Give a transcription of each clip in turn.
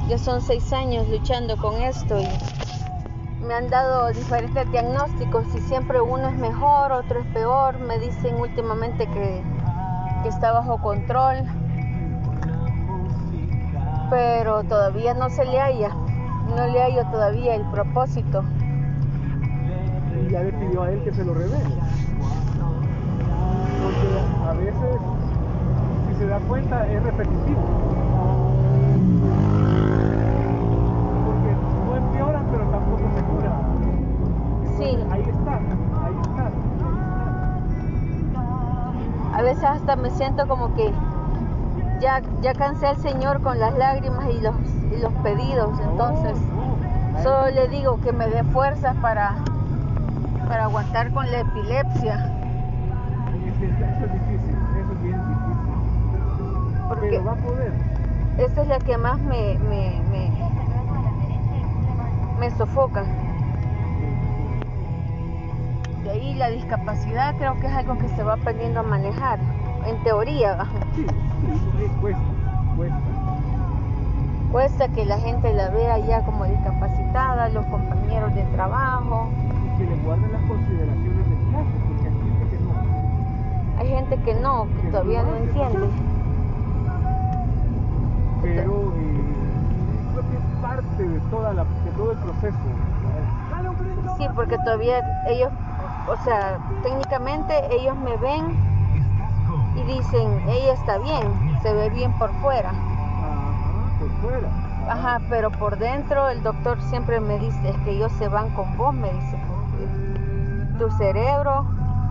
Ya son 6 años luchando con esto y me han dado diferentes diagnósticos y siempre uno es mejor, otro es peor. Me dicen últimamente que está bajo control, pero todavía no se le halla, no le hallo todavía el propósito. Y ya le pidió a él que se lo revele. Porque a veces, si se da cuenta, es repetitivo. Porque no empeoran, pero tampoco se cura. Sí. Ahí está. A veces hasta me siento como que ya cansé al Señor con las lágrimas y los pedidos. Entonces, solo le digo que me dé fuerzas para aguantar con la epilepsia. Eso es difícil, eso es bien difícil. Porque pero va a poder. Esa es la que más me sofoca. De ahí la discapacidad creo que es algo que se va aprendiendo a manejar, en teoría. Sí, cuesta. Cuesta que la gente la vea ya como discapacitada, los compañeros de trabajo. Y que le guarden las consideraciones del caso, porque hay gente que no. Hay gente que no, que todavía no entiende. Pero creo que es parte de todo el proceso. Sí, porque todavía ellos, o sea, técnicamente ellos me ven y dicen, ella está bien, se ve bien por fuera. Ajá, por fuera. Ajá, pero por dentro el doctor siempre me dice, es que ellos se van con vos, me dice, porque tu cerebro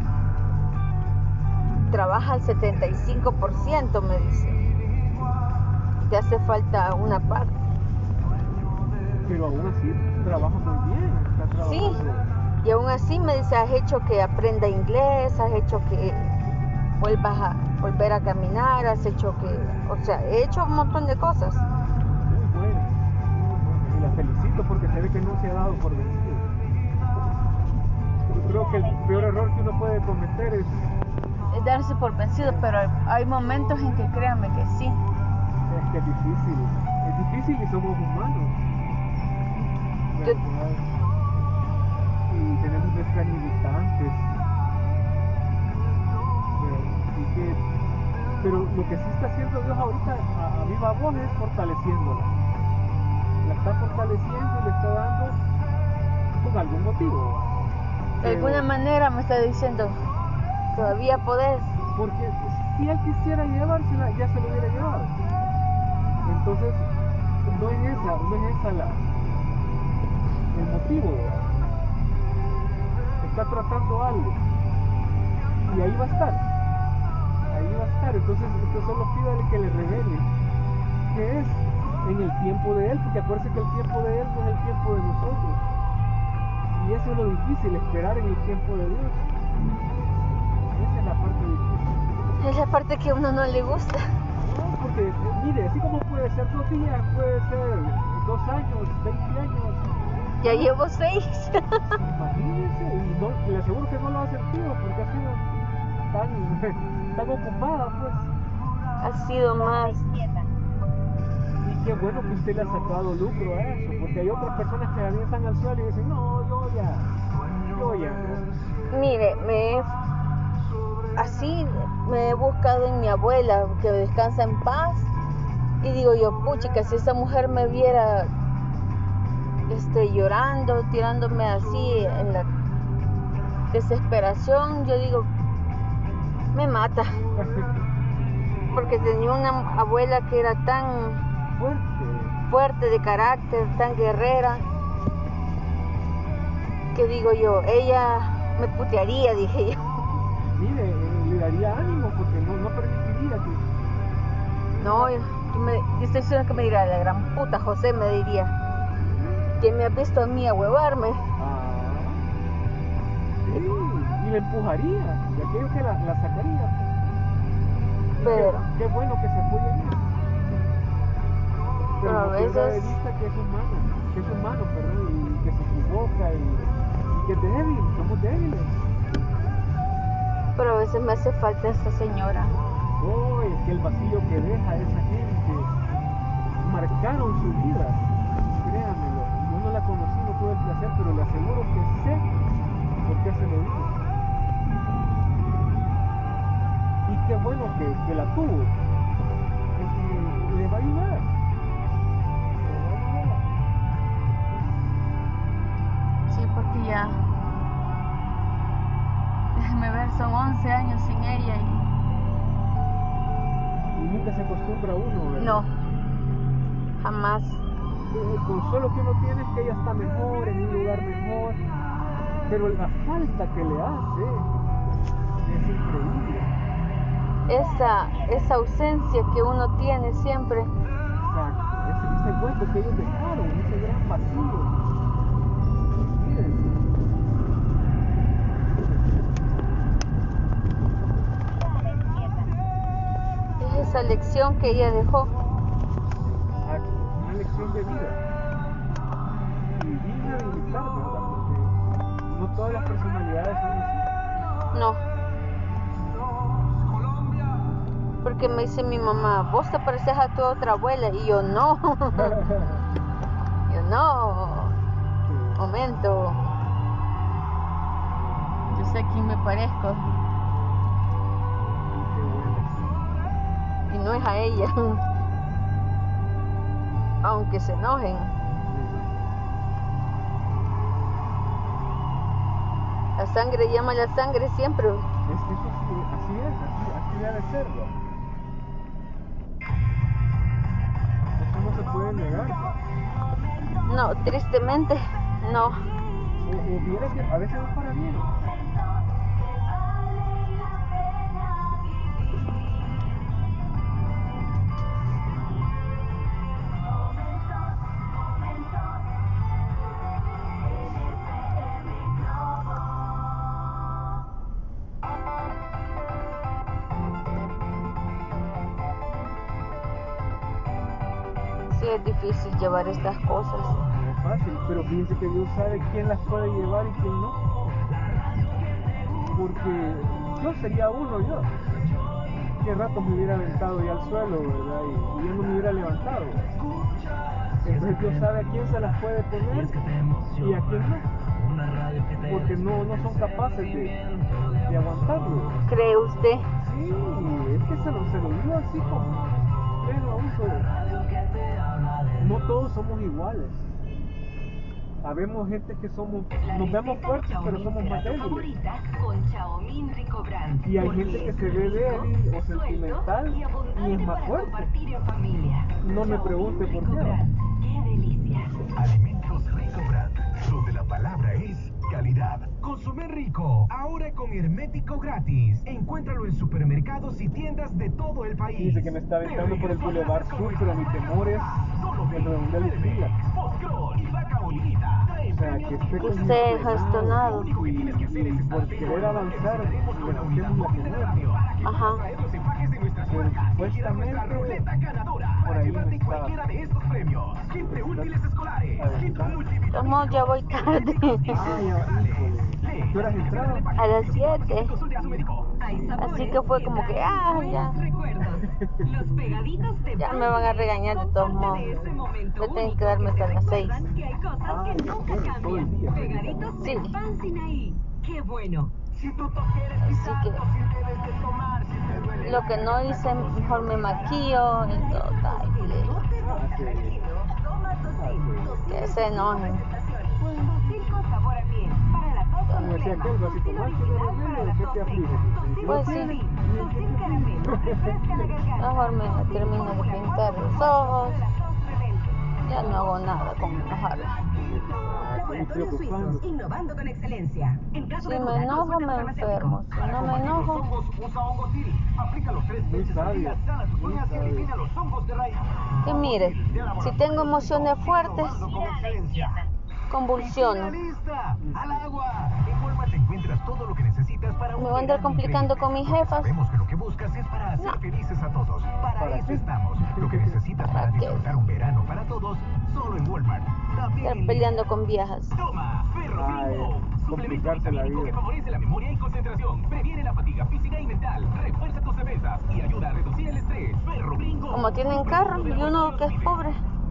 trabaja al 75%, me dice. Te hace falta una parte. Pero aún así trabaja muy bien, está trabajando. Sí, y aún así me dice, has hecho que aprenda inglés, has hecho que volver a caminar, has hecho que, o sea, he hecho un montón de cosas. Muy buena. Y la felicito porque se ve que no se ha dado por vencido. Yo creo que el peor error que uno puede cometer es darse por vencido, pero hay momentos en que créanme que sí. Es que es difícil y somos humanos. Y tenemos nuestras limitantes. Pero lo que sí está haciendo Dios ahorita a viva voz es fortaleciéndola. La está fortaleciendo y le está dando con algún motivo. De alguna manera me está diciendo, todavía podés. Porque si él quisiera llevársela, ya se lo hubiera llevado. Entonces, no es esa el motivo. Está tratando algo. Y ahí va a estar. Entonces solo pídale que le revele qué es en el tiempo de él, porque acuérdense que el tiempo de él no es el tiempo de nosotros. Y eso es lo difícil, esperar en el tiempo de Dios. Esa es la parte difícil. Es la parte que a uno no le gusta. No, porque mire, así como puede ser 2 días, puede ser 2 años, 20 años. Ya llevo 6. Imagínense, y le aseguro que no lo ha sentido porque ha sido tan ocupada, pues. Ha sido más. Y qué bueno que usted le ha sacado lucro a eso, porque hay otras personas que avientan al suelo y dicen, no, yo ya no. Mire, así me he buscado en mi abuela, que descansa en paz, y digo yo, puchica, si esa mujer me viera llorando, tirándome así en la desesperación, yo digo, me mata. Porque tenía una abuela que era tan fuerte de carácter, tan guerrera, que digo yo, ella me putearía, dije yo. Mire, le daría ánimo porque no permitiría que... No, yo estoy segura que me dirá, la gran puta José, me diría, ¿quién me ha visto a mí ahuevarme? Sí, y le empujaría, y aquello que la sacaría. Pero qué bueno que se apoye en eso. Pero a veces de vista que es humano, y que se equivoca y que es débil, somos débiles. Pero a veces me hace falta esta señora. Es que el vacío que deja esa gente dedicaron su vida, créanmelo. Yo no la conocí, no tuve el placer, pero le aseguro que sé por qué se lo digo. Y qué bueno que la tuvo, porque le va a ayudar. Sí, porque ya, déjame ver, son 11 años sin ella Y nunca se acostumbra uno, ¿verdad? no, jamás. El consuelo que uno tiene es que ella está mejor, en un lugar mejor, pero la falta que le hace es increíble. Esa ausencia que uno tiene siempre. Exacto, ese hueco que ellos dejaron, ese gran vacío. Miren. Es esa lección que ella dejó. Exacto, una lección de vida. Y digna de imitar, ¿verdad? Porque no todas las personalidades son así. No. Porque me dice mi mamá, vos te pareces a tu otra abuela. Y yo no. Yo no. Momento. Yo sé a quién me parezco. Y no es a ella. Aunque se enojen. La sangre llama a la sangre siempre. Es que eso así debe serlo. Eso no se puede negar. No, tristemente, no. O vieras que a veces es para bien. Sí, es difícil llevar estas cosas. No es fácil, pero fíjense que Dios sabe quién las puede llevar y quién no. Porque yo sería uno, yo. Qué rato me hubiera aventado ya al suelo, ¿verdad? Y yo no me hubiera levantado. Entonces Dios sabe a quién se las puede poner y a quién no. Porque no son capaces de aguantarlo. ¿Cree usted? Sí, es que se lo digo así como pleno uso. No todos somos iguales. Habemos gente que nos vemos fuertes, pero somos más débiles. Y hay gente que se ve débil o sentimental y es más fuerte. No me pregunte por qué. Alimentos Rico Brand, donde la palabra es calidad. Consume rico, ahora con hermético gratis. Encuéntralo en supermercados y tiendas de todo el país. Dice que me está aventando por el Boulevard Sur, pero mi temor es el redondel y fila. O sea, que esté Usted gestionado. y por querer avanzar, le quitemos la comida. Ajá. Pero supuestamente, por ahí me está Tomo, ya voy tarde. Ah, ya, híjole. ¿Qué horas entraron? A las 7. Así que fue como que, ya. Ya me van a regañar de todos modos. Yo tengo que darme hasta las 6. Ah, todo el día. Sí. Qué bueno. Así que lo que no hice, mejor me maquillo y todo. Que se enojen. Me decía que algo así como, ay, ¿qué te aflige? Pues sí. Mejor me termino de pintar los ojos. Ya no hago nada con enojarme. Innovando con excelencia. Si me enojo, me enfermo. Si no me enojo, Muy sabio, muy sabio. que mire, si tengo emociones fuertes, convulsiono. ¡Al agua! En Walmart encuentras todo lo que necesitas para Me voy a andar complicando con mis jefas. Sabemos que lo que buscas es para hacer felices a todos. Para eso estamos. Lo que necesitas para ¿Para qué? disfrutar un verano para todos, solo en Walmart. También Estar peleando con viejas. Toma, Ferro Ay, Bingo. complicarse la vida. Que favorece la memoria y concentración, previene la fatiga física y mental, refuerza tus defensas y ayuda a reducir el estrés. Ferro Bingo. Como tienen carro y uno que es pobre.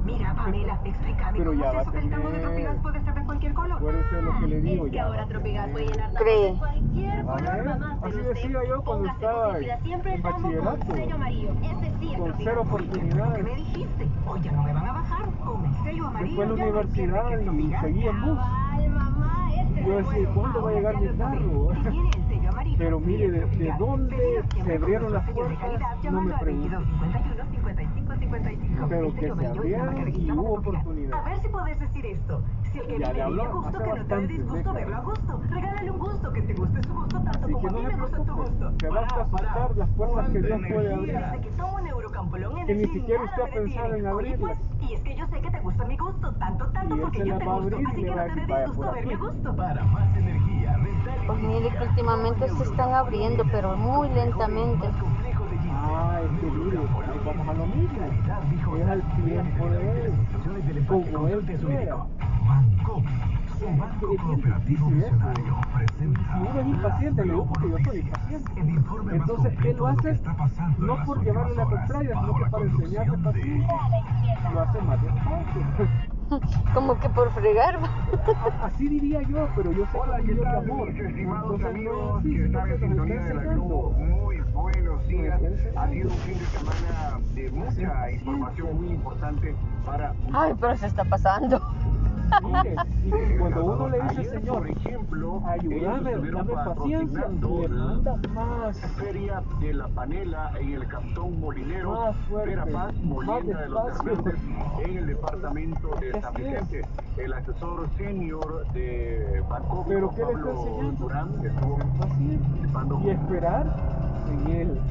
Pamela, explícame. Pero ¿Cómo ya es va a eso que el tambo de tener. Tropigas puede ser de cualquier color? Acuérdese de lo que le digo Es que ya. ahora Tropigas puede llenar Cree. de cualquier A color, ver, mamá. así Pero decía usted yo cuando póngase estaba consentida siempre en el tambo con bachillerato. sello amarillo. Ese sí es Con Tropigas. cero ¿Qué oportunidades. me dijiste? Oye, no me van a bajar con el sello amarillo. Después de la Ya no entiende universidad que es y Tropigas. seguía en bus. Ay, mamá, este Y yo es decía, bueno. ¿cuándo va a llegar mi carro? Si tiene el sello amarillo, Pero sí mire, es de Tropigas. dónde Pedidos se siempre con abrieron las nuestro sello de puertas, calidad, no llamando me al pregunte. 22 51 55 55. Pero El que sello se amarillo es la marca abrieron y registrada de hubo Tropigas. oportunidad. A ver si puedes decir esto. Si el que Ya vive le hablo vive a gusto, hace que no te dé bastantes disgusto verlo a décadas. gusto. Regálale un gusto, que te guste su gusto tanto Así como que a no mí se me gusta tu preocupe, gusto. que basta asustar las puertas que Dios puede abrir. Desde que tomo Neurocampolón Que ni Energy, siquiera nada usted ha me detiene. pensado en Oye, abrirlas. pues, y es que yo sé que te gusta mi gusto, tanto Y él porque se yo las te va a gusto, abrir y así le que va a no te decir, dé vaya disgusto por ver mi aquí. gusto. Para más energía, rental y Pues mire que últimamente se están abriendo, pero muy lentamente. Ah, es que mire, ahí vamos a lo mismo. Es al tiempo de él, como él quiera. Banco, su Es banco bien cooperativo difícil eso. visionario Y presenta si uno es impaciente, le digo porque yo soy impaciente. el informe más Entonces él completo lo de lo que hace está pasando en no las por llevarle la últimas horas, contraria, sino bajo que la para enseñarle conducción de- paciencia. Lo hace más despacio. Como que por fregar. Así diría yo, pero yo sé Hola, que es ¿qué un Dios de tal, amor. mis estimados Entonces no es amigos así, que sino están que en nos está sintonía de la enseñando. Globo? Muy buenos días. Nos está Ha sido un enseñando. fin de semana de mucha información muy importante para... Ay, pero se está pasando. Mire, y cuando uno le dice, Ayer, Señor, por ejemplo, ayúdame, ellos dame estuvieron paciencia, patrocinando le manda más. Feria de la Panela en el Cantón Molinero, Más fuerte, Verapaz, más Molienda de los despacio. Hernández, en el departamento de Así San es. Vicente. El asesor senior de Banco Pero ¿qué le está Pablo enseñando? Durán estuvo Ser paciente participando. y esperar en él.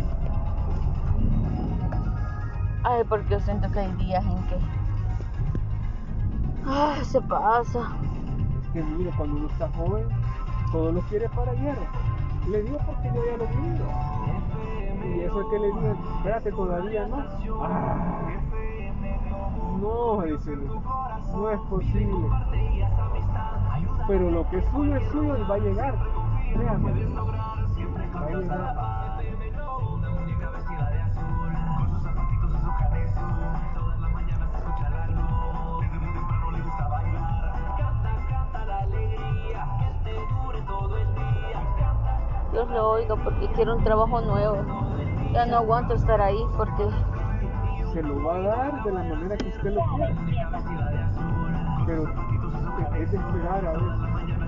Ay, porque yo siento que hay días en que se pasa. Es que mire, cuando uno está joven, todo lo quiere para ayer. Le digo porque yo ya lo vivo. Y eso es que le digo, espérate, todavía no. No, dice, no es posible. Pero lo que es suyo y va a llegar. Créame. Va a llegar. Dios lo oiga porque quiero un trabajo nuevo. Ya no aguanto estar ahí porque Se lo va a dar de la manera que usted lo quiera. Pero es de esperar a ver.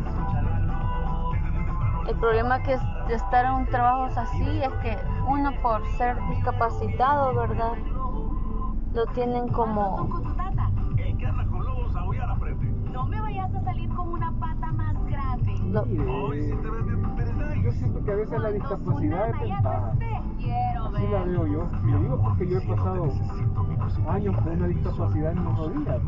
el problema que es de estar en un trabajo así es que uno por ser discapacitado, ¿verdad? Lo tienen como... Con tu tata. ¿Qué anda con lobos aullar a frente? No me vayas a salir con una pata más grande. lo- Yo siento que a veces la discapacidad es ventaja. Quiero Así la ver. veo yo. Y lo digo porque yo he pasado años con una discapacidad en mis rodillas.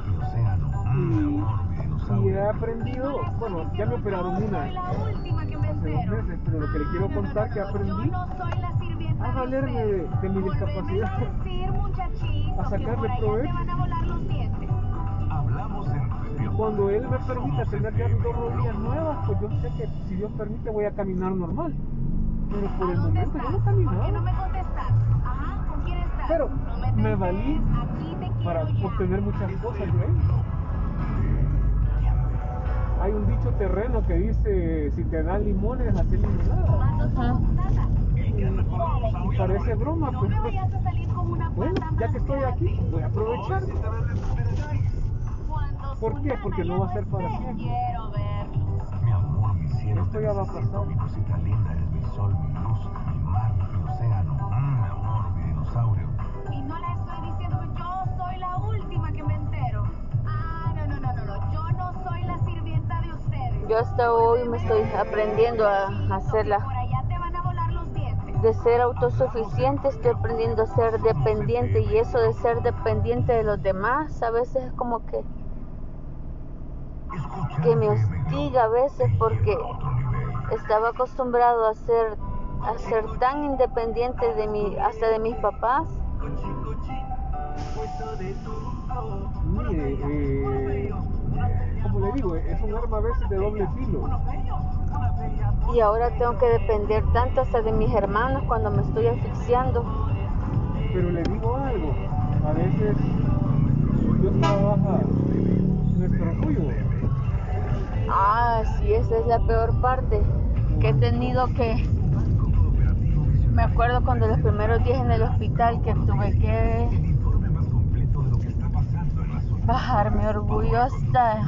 Y he aprendido, bueno, ya me operaron una Soy la última que me hace 2 entero. meses, pero lo que le quiero contar que aprendí Yo no soy la sirvienta a valerme de mi discapacidad, decir, muchachito, a sacarle que por allá provecho. te van a volar los dientes. Hablamos en Y cuando él me permita tener ya mis 2 rodillas nuevas, pues yo sé que si Dios permite voy a caminar normal. Pero por el momento yo no ¿Por qué no caminaba. me contestas? Ajá, ¿con quién estás? Pero No me te valí enteres, aquí te quiero para ya. obtener muchas cosas de él. Hay un dicho terreno que dice, si te dan limones, haz limonada. Mando todo Ajá. tu tata. Y parece broma, No pues. me vayas a salir con una Bueno, pata ya más que estoy aquí, grande. voy a aprovechar. Cuando ¿Por su qué? nana Porque ya no va a ser esté, para siempre. Quiero verlos. Mi amor, mi cielo, Esto ya va a pasar. mi cosita linda, eres mi sol, mi luz, mi mar, mi océano. Mi amor, mi dinosaurio. Y no le estoy diciendo que yo soy la última que me entero. No. Yo no soy la sirvienta de ustedes. Yo hasta hoy me estoy aprendiendo a hacerla. Por allá te van a volar los dientes. De ser autosuficiente estoy aprendiendo a ser dependiente, y eso de ser dependiente de los demás a veces es como que me hostiga a veces porque estaba acostumbrado a ser tan independiente de mí, hasta de mis papás. Mire, como le digo, es un arma a veces de doble filo. Y ahora tengo que depender tanto hasta de mis hermanos cuando me estoy asfixiando. Pero le digo algo, a veces yo estaba es la peor parte, que he tenido que, me acuerdo cuando los primeros días en el hospital que tuve que bajar mi orgullo hasta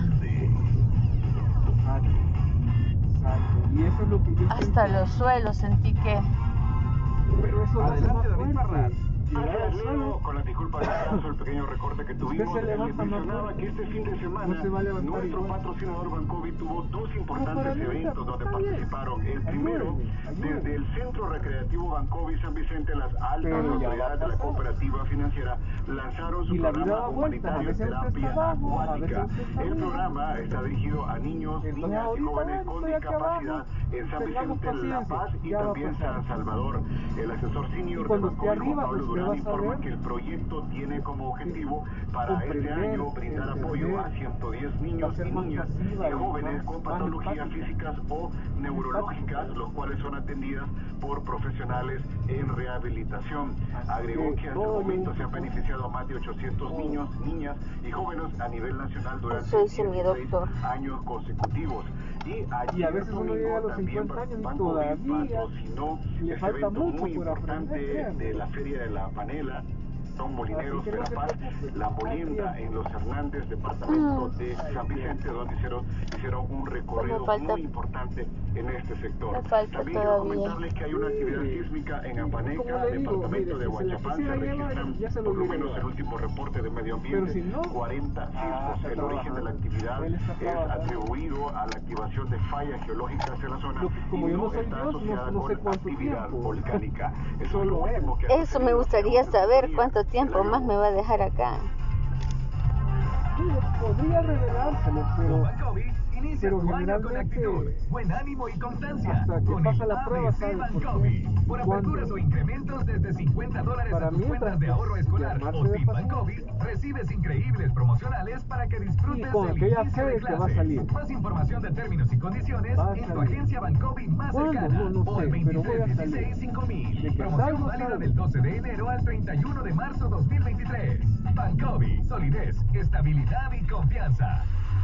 y eso es lo que yo hasta los suelos, sentí que pero eso lo hace más Adelante, David Parras. fuerte. Llegar al suelo, Con la disculpa del caso, el pequeño recorte que tuvimos, se les levanta más mencionaba fuerte. que este fin de semana No se va a levantar nuestro igual. patrocinador Bancovi tuvo dos para importantes mí eventos donde está bien. participaron. El primero, Ayúdenme. desde el Centro Recreativo Bancovi San Vicente, las altas Pero ya va a autoridades de la pasar. cooperativa financiera lanzaron su Y la vida programa da vueltas, a humanitario veces usted Terapia está abajo, a Acuática. veces usted está El arriba. programa está dirigido a niños, Entonces, niñas y ahorita, jóvenes bueno, con estoy aquí discapacidad abajo, en San tengamos Vicente, La paciencia, Paz y ya va a también pasar. San Salvador. El asesor Y senior de cuando esté Bancovi, Juan arriba, Pablo usted va Durán, a informa saber que el proyecto tiene como objetivo para este comprender, año brindar apoyo a 110 niños ser y más niñas pasiva y y jóvenes más- con más patologías empática. físicas o neurológicas, los cuales son atendidas por profesionales en rehabilitación. Así Agregó que que hasta el todo momento yo- se han beneficiado a más de 800 niños, niñas y jóvenes a nivel nacional durante Eso dice mi 16 doctor. años consecutivos. Y Y a ayer veces uno domingo llega a los también 50 años y Bancovi todavía patrocinó le ese falta evento mucho muy por importante aprender, créanme. de la Feria de la Panela. Son Molineros Así que de no La se Paz, preocupe. La Hay Molienda tiempo. en Los Hernández, departamento de San Vicente, donde hicieron un recorrido falta- muy importante en este sector. me falta También quiero todavía. comentarles que hay una actividad sísmica en Como Apaneca, le digo, departamento mire, de si se la Huachapán. Se quisiera llevar, registran, ya se lo por lo hubiera menos el llevado. último reporte de medio Pero ambiente, si no, 40 sismos. está El origen de la actividad Él está es trabajando. atribuido a la activación de fallas geológicas en la zona Como y yo no no soy está Dios, asociada no sé con cuánto actividad tiempo. volcánica. Eso es Solo lo último que ha Eso me sucedido gustaría según saber Asesoría cuánto del tiempo área más me va a dejar acá. Mire, podría revelárselo, pero Bancovi inicia pero tu año con generalmente, actitud, buen ánimo y constancia. hasta que Con pasa el la prueba, ABC ¿sabe por qué? Bancovi. Por ¿Cuándo? aperturas o incrementos desde $50 Para a tus mientras, cuentas de ahorro pues, escolar armarse o de Team paciencia. Bancovi, recibes increíbles promocionales para que disfrutes Y con del aquella inicio fe de de que va a clases. salir. Más información de términos y condiciones Va a en tu salir. agencia Bancovi más ¿Cuándo? cercana No o al sé, pero voy a 2316-5000. De que Promoción salgo, válida salgo. del 12 de enero al 31 de marzo 2023. Bancovi, solidez, estabilidad y confianza.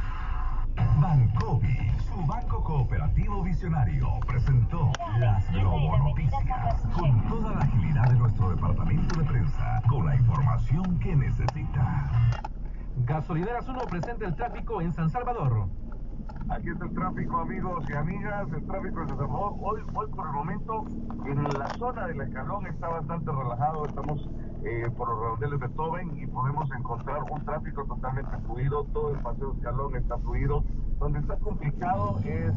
Bancovi, su banco cooperativo visionario, presentó las Globo Noticias con toda la agilidad de nuestro departamento de prensa, con la información que necesita. Gasolineras 1 presenta el tráfico en San Salvador. Aquí está el tráfico, amigos y amigas, el tráfico en San Salvador. Hoy por el momento, en la zona del Escalón está bastante relajado. Estamos por los redondeles de Beethoven y podemos encontrar un tráfico totalmente fluido. Todo el paseo Escalón está fluido. Donde está complicado es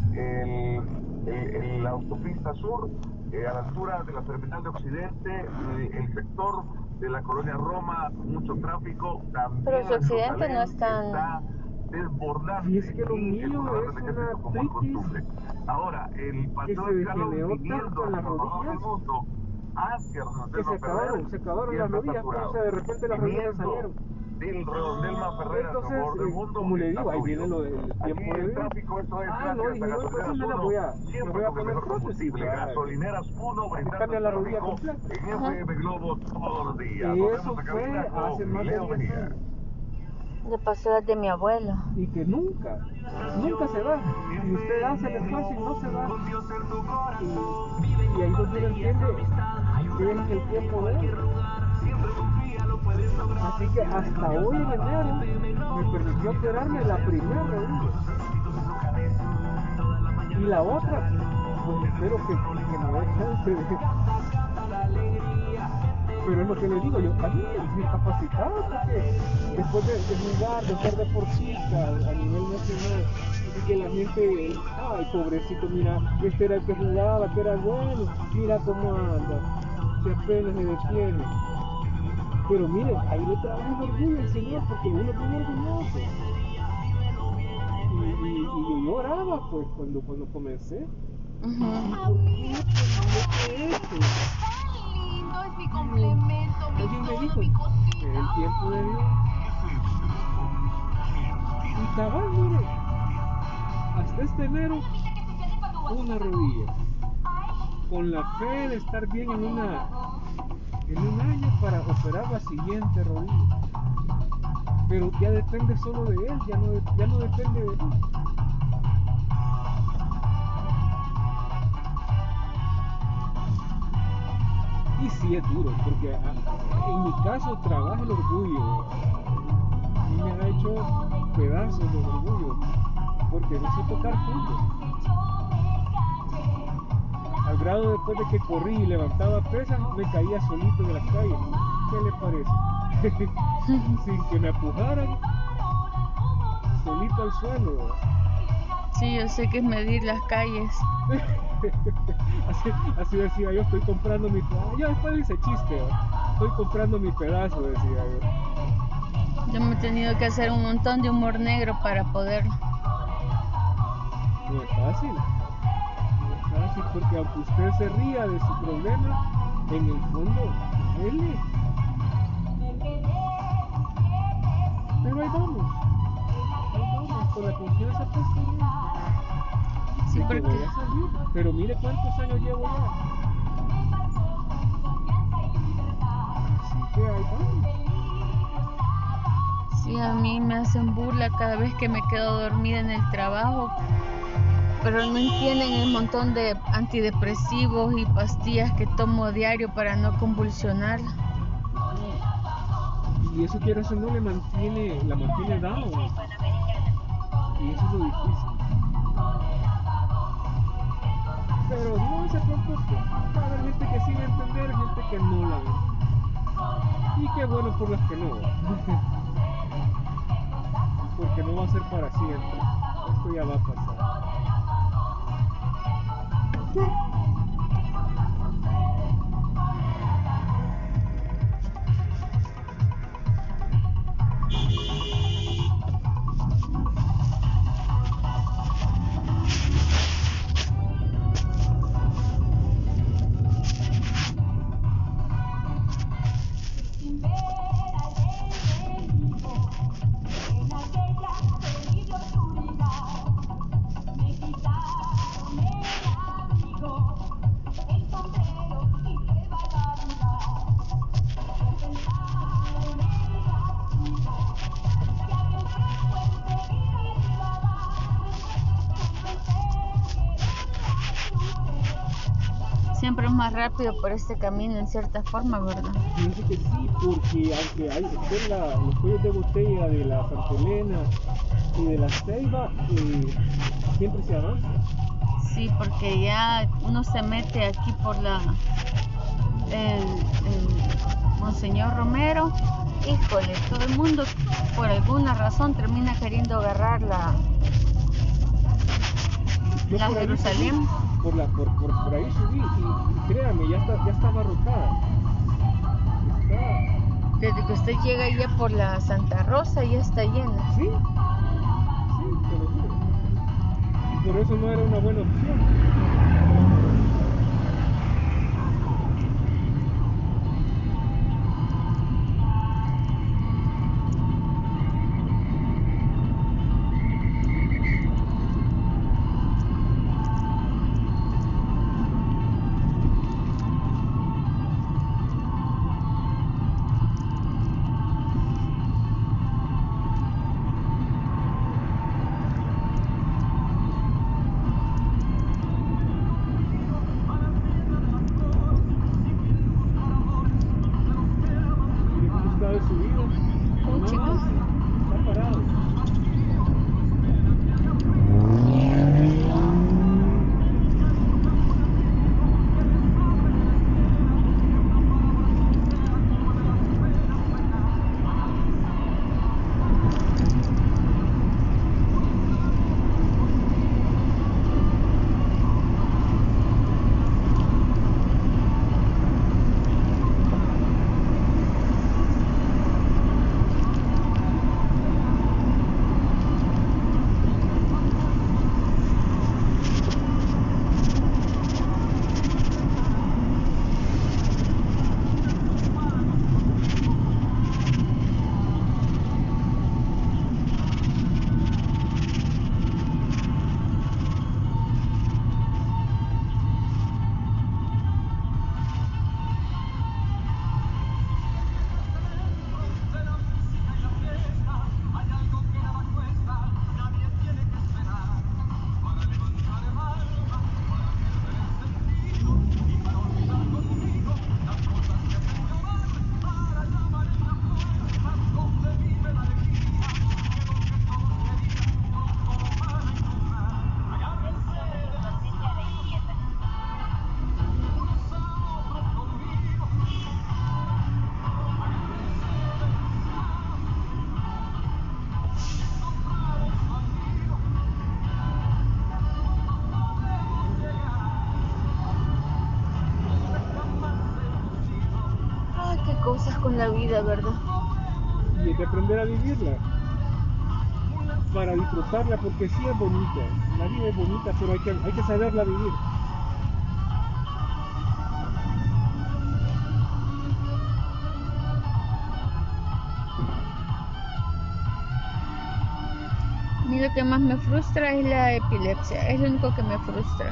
la autopista sur, a la altura de la terminal de Occidente, el sector de la colonia Roma, mucho tráfico. También Pero su el accidente no Jerusalén es tan- está desbordante. Y es que lo y el mío corredor es del una ejército como es artritis costumbre. Ahora, el paseo se Escalón degeneró viniendo tanto en las hacia el Salvador del rodillas Mundo hacia el redondel que se acabaron Maferrer, las siempre rodillas, saturado. o sea, de repente las rodillas Viniendo salieron. del redondel Maferrer hacia el Entonces, Salvador del Mundo, como le está digo, ahí fluido. viene lo del Aquí tiempo de el vida. tráfico, esto es Ah, gracias no, a dije yo, Gasolineras entonces me 1, voy a siempre con el poner mejor prótesis. combustible. Gasolineras 1, brindando cambia la rodilla tráfico completa. en FM Globo todos los días. Nos Eso vemos en fue cabina hace con más de Leo 10 Mejía. años. Le pasó las de mi abuelo. Y que nunca se va. Y usted hace el esfuerzo y no se va. Y ahí donde uno entiende que es el tiempo de él. Así que hasta hoy en enero me permitió operarme la primera rodilla. Y la otra, pues espero que me dé chance de... Pero es lo que le digo, yo también estoy capacitado porque después de jugar, de ser deportista a nivel nacional, y que la gente, ay pobrecito, mira, este era el que jugaba, que era bueno, mira cómo anda, si apenas se detiene. Pero mire, ahí le trae un orgullo al Señor porque uno es muy orgulloso. Y yo lloraba pues cuando comencé. Ujú. ¿Qué es esto? Lindo, es mi complemento, mi Alguien me todo, dijo mi que cosita. el tiempo de Dios. Y cabal, mire, hasta este enero, una rodilla. Con la fe de estar bien en un año para operar la siguiente rodilla. Pero ya depende solo de él, ya no depende de mí. Y sí es duro, porque en mi caso trabaja el orgullo. A mí me ha hecho pedazos de orgullo, porque no sé tocar fondo. Al grado después de que corrí y levantaba pesas, me caía solito de la calle. ¿Qué le parece? Sin que me empujaran, solito al suelo. Sí, yo sé que es medir las calles. así decía yo, estoy comprando mi pedazo. Yo después hice chiste, ¿no? Estoy comprando mi pedazo, decía yo. Yo me he tenido que hacer un montón de humor negro para poder. No es fácil. Porque aunque usted se ría de su problema, en el fondo duele. Pero ahí vamos con la confianza puesta. Sí, porque Voy a salir. Pero mire cuántos años llevo ya. Así que ahí vamos. sí, a mí me hacen burla cada vez que me quedo dormida en el trabajo. Pero no entienden el montón de antidepresivos y pastillas que tomo diario para no convulsionar. Y eso que eso no la mantiene down. Y eso es lo difícil. Pero no se preocupe. Va a haber gente que sí va a entender, gente que no la ve. Y qué bueno por las que no. Porque no va a ser para siempre. Esto ya va a pasar. Siempre es más rápido por este camino en cierta forma, ¿verdad? Pienso que sí, porque aunque hay los cuellos de botella de la Santa Elena y de la Ceiba, siempre se avanza. Sí, porque ya uno se mete aquí por el Monseñor Romero. Híjole, todo el mundo por alguna razón termina queriendo agarrar la Jerusalén. Por ahí subí y créame, ya está abarrotada. Desde que usted llega ya por la Santa Rosa ya está llena. Sí, te lo juro. Y por eso no era una buena opción. con la vida, ¿verdad? Y hay que aprender a vivirla para disfrutarla, porque sí es bonita. La vida es bonita, pero hay que saberla vivir. A mí lo que más me frustra es la epilepsia, es lo único que me frustra.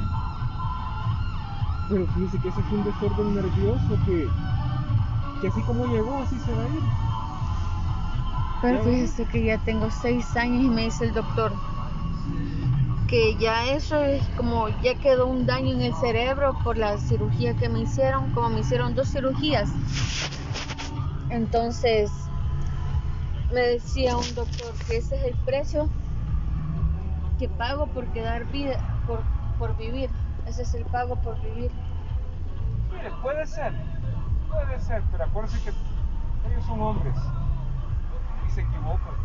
Pero fíjese que ese es un desorden nervioso que así como llegó, así se va a ir. Pero fíjese que ya tengo 6 años y me dice el doctor que ya eso es como, ya quedó un daño en el cerebro por la cirugía que me hicieron, como me hicieron 2 cirugías. Entonces me decía un doctor que ese es el precio que pago por quedar vida, por vivir. Ese es el pago por vivir. Mire, puede ser, pero acuérdense que ellos son hombres y se equivocan.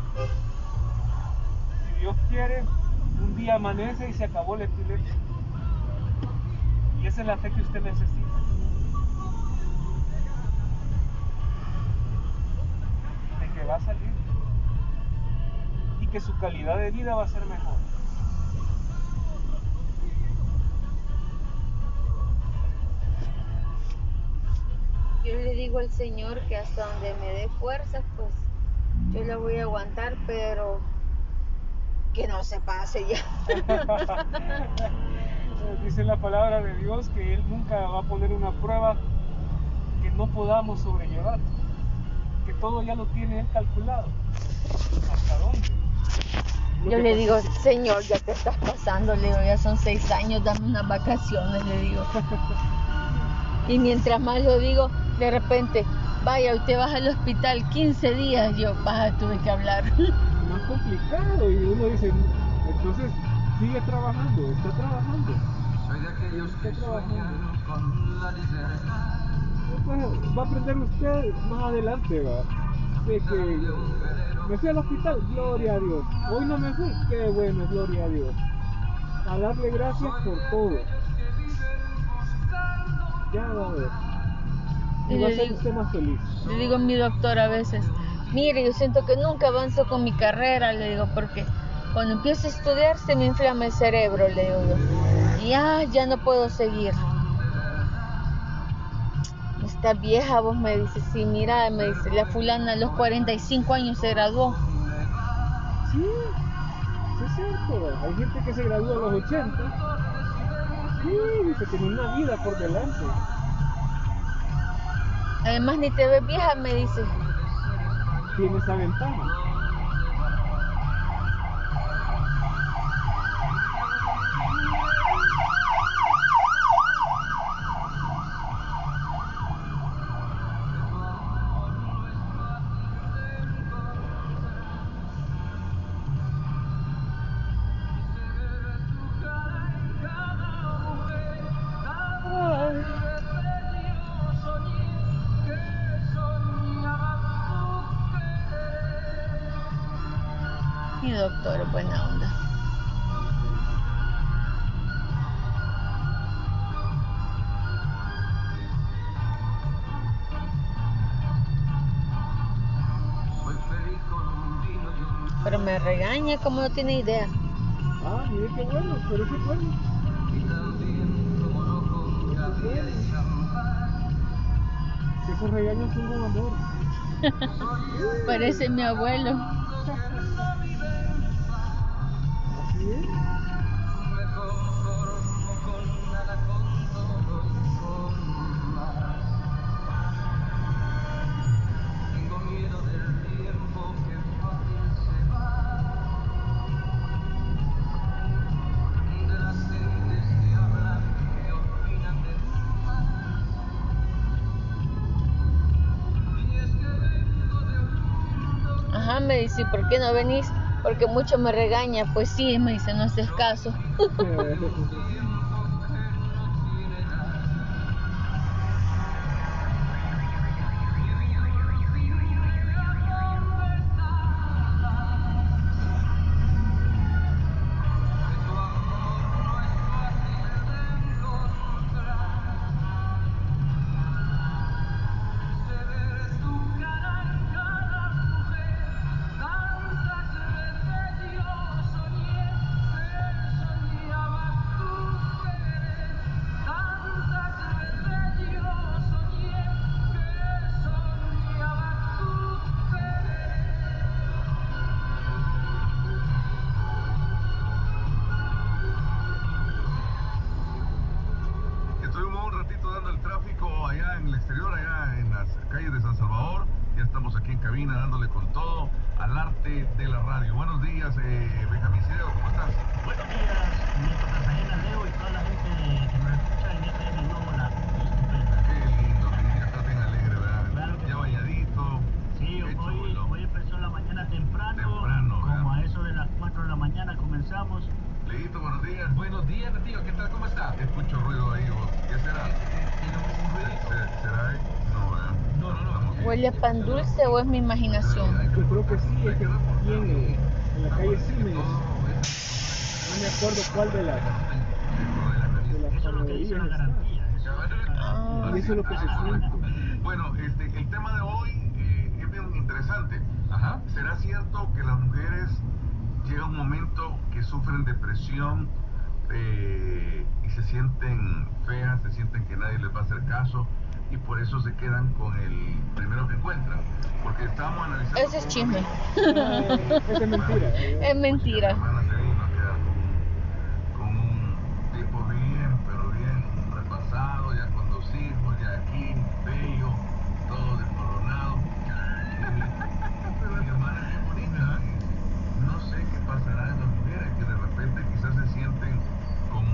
Si Dios quiere, un día amanece y se acabó la epilepsia. Y esa es la fe que usted necesita. De que va a salir y que su calidad de vida va a ser mejor. Yo le digo al Señor que hasta donde me dé fuerzas, pues yo la voy a aguantar, pero que no se pase ya. Dice la palabra de Dios que Él nunca va a poner una prueba que no podamos sobrellevar, que todo ya lo tiene Él calculado. ¿Hasta dónde? Yo le digo, Señor, ya te estás pasando, le digo, ya son 6 años, dame unas vacaciones, le digo. Y mientras más lo digo, de repente, vaya, usted vas al hospital 15 días, yo, tuve que hablar. Más complicado, y uno dice, entonces sigue trabajando, está trabajando. Pues, va a aprender usted más adelante, va, de que me fui al hospital, gloria a Dios. Hoy no me fui, qué bueno, gloria a Dios. A darle gracias por todo. Ya va a ver. Y va a ser usted más feliz. Le digo a mi doctor a veces, mire, yo siento que nunca avanzo con mi carrera, le digo, porque cuando empiezo a estudiar se me inflama el cerebro, le digo yo. Y ya no puedo seguir. Esta vieja, vos me dices, sí, mira, me dice, la fulana a los 45 años se graduó. Sí, es cierto. Hay gente que se gradúa a los 80. Sí, dice, tiene una vida por delante. Además, ni te ves vieja, me dice. Tiene esa ventaja. Mi doctor, buena onda. Pero me regaña como no tiene idea. Mire qué bueno, pero eso es bueno. Esos regaños son con amor. Parece mi abuelo. Así es. Ajá, me dice, ¿por qué no venís? Porque mucho me regaña. Pues sí, me dice, no haces caso. días, Benjamín Cideo, ¿cómo estás? Buenos días, Nieto Cartagena, Leo y toda la gente que nos escucha en FM Nóvola estupenda. Qué lindo, que estás bien alegre, ¿verdad? Claro que Ya sí. bañadito. Sí, Qué chulo. hoy empezó la mañana temprano, Temprano, como ¿verdad? a eso de las 4 de la mañana comenzamos. Leito, buenos días. Buenos días, tío, ¿qué tal? ¿Cómo está? Escucho ruido ahí, vos. ¿Qué será? ¿Tiene un ruidito? ¿Será ahí? No, ¿verdad? No. ¿Huele a pan dulce o es mi imaginación? Yo creo que sí, es que aquí en la calle Siemens, no me acuerdo cuál de las Eso es lo que dice la panaderías está. garantía. Ah. Y eso es lo que se siente. Bueno, el tema de hoy es bien interesante. Ajá. ¿Será cierto que las mujeres llega un momento que sufren depresión y se sienten feas, se sienten que nadie les va a hacer caso y por eso se quedan con el primero que encuentran? Porque estábamos analizando... Ese es chisme. Esa es mentira. Es mentira. Mi hermana se vino a quedar con un tipo bien, pero bien repasado, ya con 2 hijos, ya aquí, bello, todo desmoronado. Mi hermana es bien bonita. No sé qué pasará en las mujeres que de repente quizás se sienten como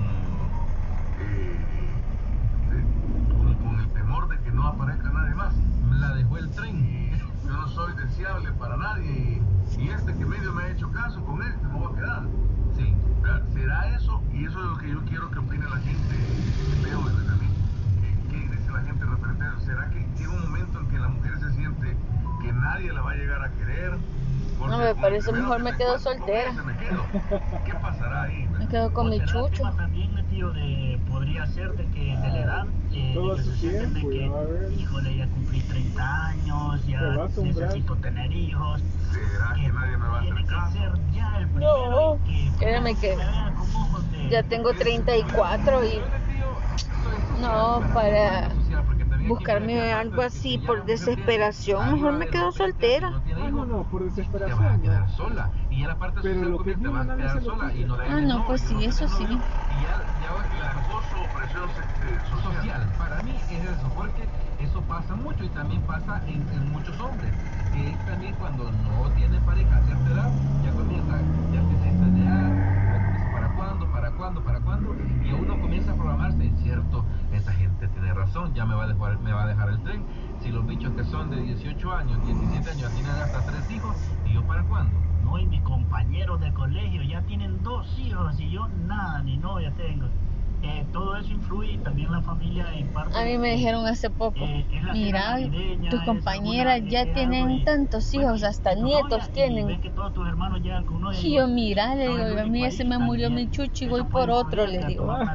con el temor de que no aparezca nadie más. La dejó el tren. Y yo no soy deseable para nadie y este que medio me ha hecho caso, con este me voy a quedar. Sí. ¿Será eso? Y eso es lo que yo quiero que opine la gente, Leo y Benjamín. ¿Qué dice la gente referente a eso? ¿Será que llega un momento en que la mujer se siente que nadie la va a llegar a querer? No, me parece mejor me quedo soltera. ¿Qué pasará ahí? Me quedo con mi chucho. También, tío, podría ser de que de la edad, Todo de que su se sienten de tiempo, ya va a ver. que, híjole, ya cumplí 30 años, ya Se va a asombrar. necesito tener hijos. ¿Será que nadie me va a hacer Tiene que caso? ser ya el primero No, y que créeme que me vean con ojos de... ya tengo 34 y no, para buscarme algo así por desesperación, mejor me quedo soltera. No, por Te vas a desesperación. quedar ¿no? sola. Y ya la parte Pero social lo que te es vas a uno, nadie quedar se lo sola. quita. Y no de Ah, no, pues sí, eso sí. Y ya va a quedar Acoso o presión social. Para mí es eso, porque eso pasa mucho y también pasa en muchos hombres. Que también cuando no tiene pareja a cierta edad, ya comienza a extrañar, ¿para cuándo? Y uno comienza a programarse, es cierto, esa gente tiene razón, ya me va a dejar el tren. Si los bichos que son de 18 años, 17 años, tienen hasta 3 hijos, ¿y yo para cuándo? No, y mis compañeros de colegio ya tienen 2 hijos y yo nada, ni novia tengo. Todo eso influye y también la familia en parte. A mí me dijeron hace poco, mira, tus compañeras ya tienen tantos hijos, hasta nietos tienen. Y yo, mira, le digo, a mí ya se me murió mi chucho y voy por otro, le digo. Totalmente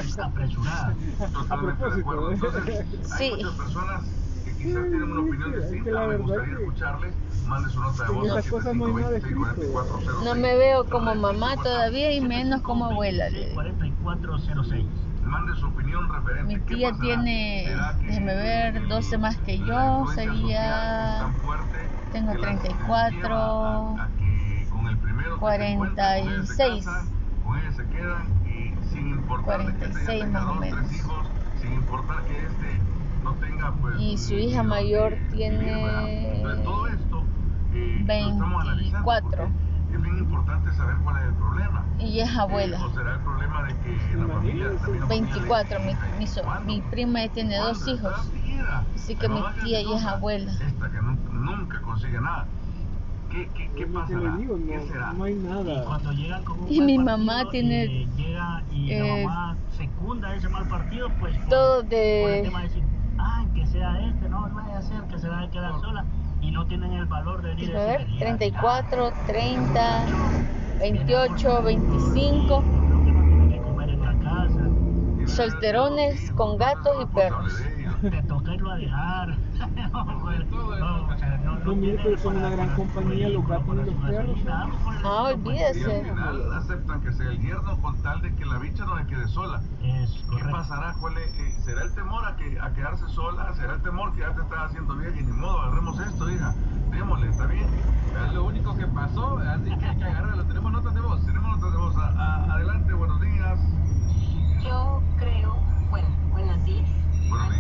de acuerdo. Entonces, Sí. hay muchas personas que quizás tienen una opinión Es que distinta. la Me verdad gustaría que escucharles. Mande su nota de voz. esas cosas no hay nada escrito. 7526-4406. No me veo como mamá todavía y menos como abuela, le digo. 4406. Mande su opinión referente. Mi ¿Qué tía pasará? tiene, ¿Será que déjeme ver, 12 más que la yo, influencia social sería, es tan fuerte tengo que las 34, lleva a que con el primero que se encuentran, con él se 46. casan, con él se quedan y sin importar de que este ya 46 tenga más o 2, 3 menos. hijos, sin importar que este no tenga pues Y su ni hija donde mayor vivir, tiene ¿verdad? Entonces todo esto lo estamos analizando 24. porque es bien importante saber cuál es el problema. Y es abuela. ¿O será el problema de que la familia, también la 24, familia mi prima ya tiene 2 hijos. Así que mi tía ya es abuela. Esta que nunca consigue nada. ¿Qué Es lo que pasará? le digo, ¿Qué será? no hay Y nada. cuando llegan con un Y mal mi partido, mamá tiene, llega y la mamá secunda ese mal partido, pues todo por de- el tema de decir, que sea este, no vaya a ser que se va a quedar sola y no tienen el valor de venir a ver, decirle, 34, 30, 28, 25, lo que no tiene que comer en la casa, solterones con gatos y perros. te toca irlo a dejar. No, pues, no, o sea, No, mire, tiene pero son para- una gran para su compañía los vehículo, gatos y para los su perros. gasolina, algo por el Ah, estilo, pues. Y olvídese. al final aceptan que sea el yerno con tal de que la bicha no se quede sola. Es ¿Qué correcto. pasará? ¿Será el temor a quedarse sola? ¿Será el temor que ya te estás haciendo bien y ni modo, agarremos esto, hija? Démosle, está bien. Lo único que pasó